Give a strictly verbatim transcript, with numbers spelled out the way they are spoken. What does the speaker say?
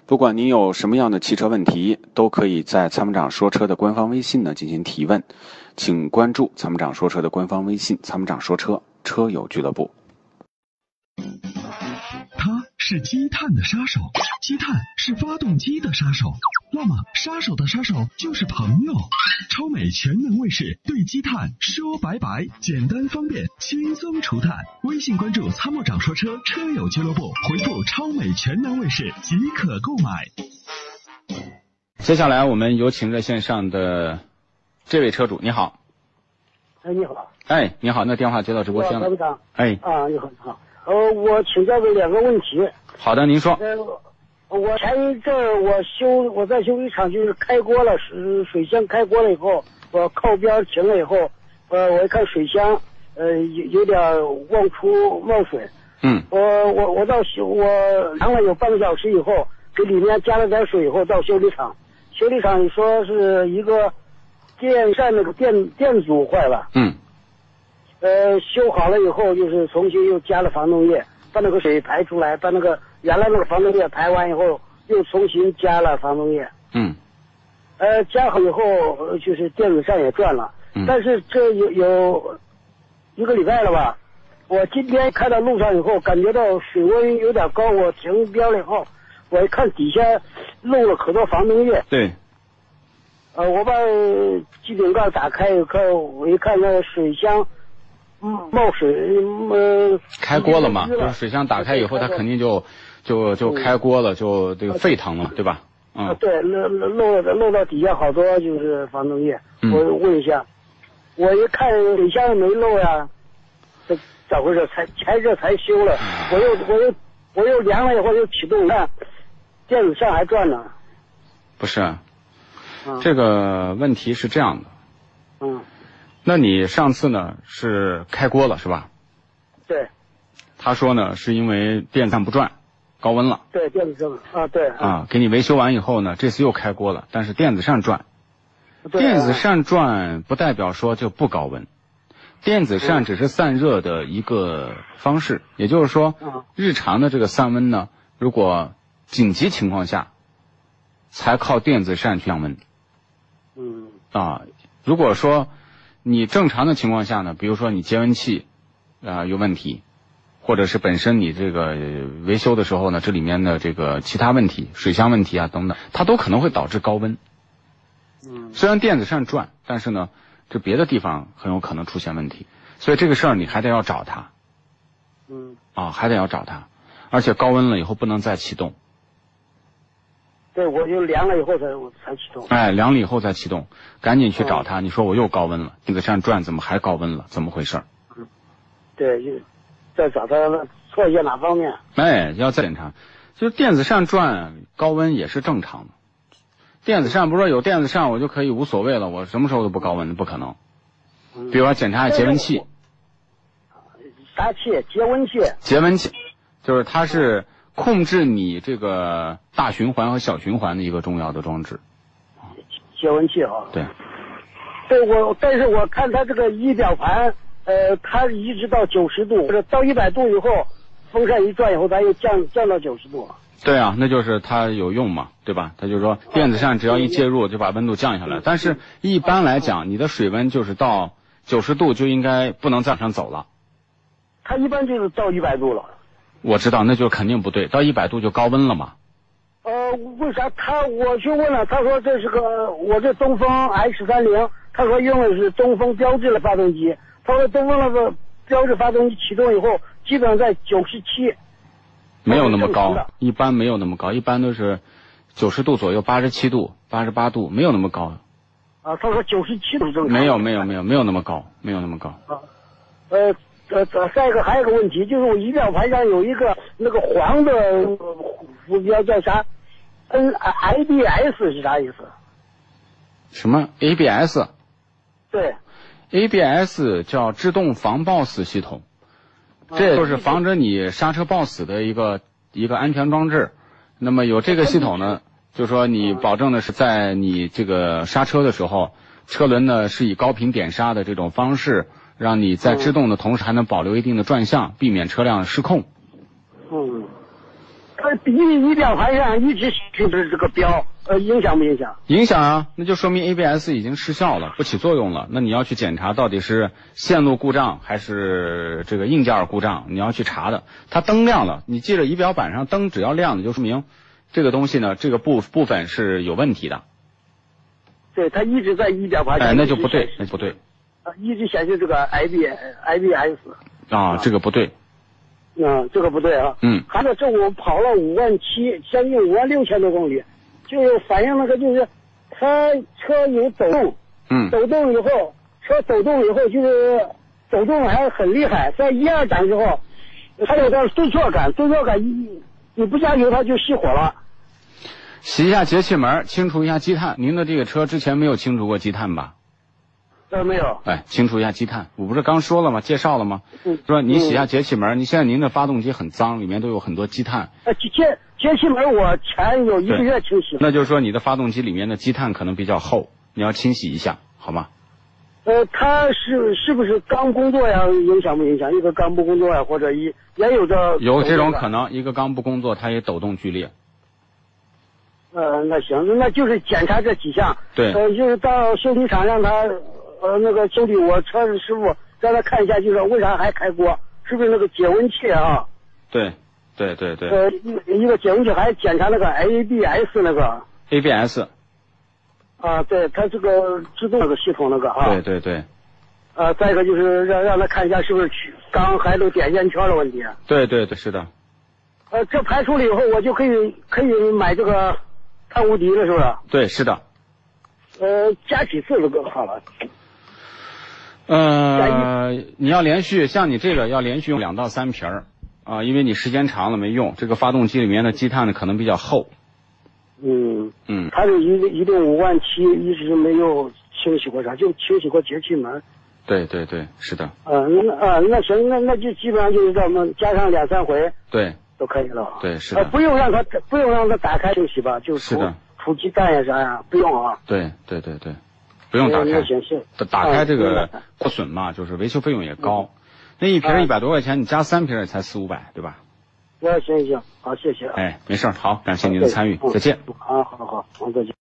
不管您有什么样的汽车问题，都可以在参谋长说车的官方微信呢进行提问，请关注参谋长说车的官方微信参谋长说车车友俱乐部。 它是积碳的杀手，积碳是发动机的杀手，那么杀手的杀手就是朋友。超美全能卫士对积碳说拜拜，简单方便，轻松除碳。微信关注参谋长说车车友俱乐部，回复超美全能卫士即可购买。 接下来我们有请热线上的这位车主，你好。 哎，你好。 哎，你好，那电话接到直播间了。 参谋长。 哎。 啊，你好，你好。呃，我请教个两个问题。 好的，您说。 呃，我前一阵我修我在修理厂就是开锅了，水水箱开锅了以后，我靠边停了以后，呃，我一看水箱呃有有点往出冒水。 嗯。 我我我到修我量了有半个小时以后，给里面加了点水以后到修理厂，修理厂说是一个电扇那个电电阻坏了。 嗯。 呃，修好了以后，就是重新又加了防冻液，把那个水排出来，把那个原来那个防冻液排完以后，又重新加了防冻液。 嗯。 呃，加好以后，就是电子扇也转了。 嗯。 但是这有有一个礼拜了吧，我今天开到路上以后，感觉到水温有点高，我停标了以后，我一看底下漏了可多防冻液。 对。 呃，我把机顶盖打开以后，我一看那个水箱。冒水，呃， 开锅了嘛？就是水箱打开以后，它肯定就就就开锅了，就这个沸腾了，对吧？嗯。 啊，对，漏漏漏到底下好多就是防冻液。 嗯。 我问一下，我一看水箱没漏呀，这咋回事？才才这才修了，我又我又我又量了以后又启动，看电子扇还转呢。 不是，嗯、这个问题是这样的。 嗯。 那你上次呢是开锅了是吧？ 对。 他说呢是因为电子扇不转，高温了。 对，电子扇啊，对。 啊，给你维修完以后呢，这次又开锅了，但是电子扇转。 对。 电子扇转不代表说就不高温，电子扇只是散热的一个方式，也就是说，日常的这个散温呢，如果紧急情况下，才靠电子扇去降温。 嗯。 啊，如果说你正常的情况下呢，比如说你节温器啊、呃、有问题，或者是本身你这个维修的时候呢，这里面的这个其他问题，水箱问题啊等等，它都可能会导致高温。 嗯。 虽然电子扇转，但是呢，这别的地方很有可能出现问题，所以这个事儿你还得要找它。 嗯。 啊，还得要找它，而且高温了以后不能再启动。 对，我就量了以后才我才启动。 哎，量了以后再启动，赶紧去找他。嗯、你说我又高温了，电子扇转怎么还高温了？怎么回事？ 嗯，对，就再找他错在哪方面？ 哎，要再检查，就是电子扇转高温也是正常的。电子扇不是说有电子扇我就可以无所谓了，我什么时候都不高温，不可能。嗯、比如说检查下节温器。 啥器？节温器。 节温器，就是它是。控制你这个大循环和小循环的一个重要的装置， 节温器啊。 对， 对我，但是我看它这个仪表盘，呃，它一直到九十度，或者到一百度以后，风扇一转以后，它又降降到九十度。 对啊，那就是它有用嘛，对吧？它就是说电子扇只要一介入就把温度降下来，但是一般来讲，你的水温就是到九十度就应该不能再往上走了。 它一般就是到一百度了。 我知道，那就肯定不对，到一百度就高温了嘛。 呃，为啥他我去问了，他说这是个我这东风 H 三零，他说用的是东风标致的发动机，他说东风那个标致发动机启动以后，基本上在九十七， 没有那么高，一般没有那么高，一般都是九十度左右，八十七度、八十八度，没有那么高。 啊，他说九十七度正常。 没有没有没有没有那么高，没有那么高。 啊，呃。呃，再一个还有个问题，就是我仪表盘上有一个那个黄的浮标叫啥 ？N I B S 是啥意思？ 什么 A B S？ 对 ，A B S 叫制动防抱死系统，这就是防止你刹车抱死的一个一个安全装置。那么有这个系统呢，就说你保证的是在你这个刹车的时候，车轮呢是以高频点刹的这种方式。让你在制动的同时还能保留一定的转向，避免车辆失控。 嗯， 呃，仪仪表盘上一直显示这个标，呃，影响不影响？ 影响啊，那就说明 A B S 已经失效了，不起作用了。那你要去检查到底是线路故障还是这个硬件故障，你要去查的。它灯亮了，你记着仪表板上灯只要亮了，就说明这个东西呢，这个部部分是有问题的。 对，它一直在仪表盘上。 哎，那就不对，那就不对。 啊，一直显示这个 I B I B S。 啊，这个不对。 嗯，这个不对啊。 嗯。 还有这我跑了五万七，将近五万六千多公里，就反映那个就是它车有抖动。 嗯。 抖动以后，车抖动以后就是抖动还很厉害，在一二档之后，它有点对错感，对错感你你不加油它就熄火了。 洗一下节气门，清除一下积碳。您的这个车之前没有清除过积碳吧？ 呃，没有。 哎，清除一下积碳。我不是刚说了吗？介绍了吗？ 嗯。 说你洗一下节气门，你现在您的发动机很脏，里面都有很多积碳。 呃，节节气门我前有一个月清洗。 那就是说你的发动机里面的积碳可能比较厚，你要清洗一下，好吗？ 呃，它是是不是缸工作呀？影响不影响？一个缸不工作呀，或者一也有这有这种可能，一个缸不工作，它也抖动剧烈。 呃，那行，那就是检查这几项。 对。 呃，就是到修理厂让他，呃，那个修理我车的师傅让他看一下，就是为啥还开锅，是不是那个解温器啊？ 对，对对对。 呃，一一个解温器，还检查那个 A B S 那个。 A B S。 啊，对，它这个制动那个系统那个啊。 对对对。 呃，再一个就是让让他看一下是不是缸还有点烟圈的问题。 对对对，是的。 呃，这排除了以后，我就可以可以买这个。碳无敌了是不是？ 对，是的。 呃，加几次就更好了。 呃，你要连续，像你这个要连续用两到三瓶儿啊，因为你时间长了没用，这个发动机里面的积碳呢可能比较厚。 嗯嗯。 它是一一定五万七，一直没有清洗过啥，就清洗过节气门。 对对对，是的。 呃，那呃那行，那那就基本上就是这么加上两三回。 对。 都可以了。 对，是的。 呃，不用让它不用让它打开清洗吧，就是的。 除鸡蛋呀啥呀，不用啊。 对对对对，不用打开。 行行。 打开这个破损嘛，就是维修费用也高。那一瓶一百多块钱，你加三瓶也才四五百，对吧？ 那行行，好，谢谢。 哎，没事，好，感谢您的参与，再见。 好好好，好，再见。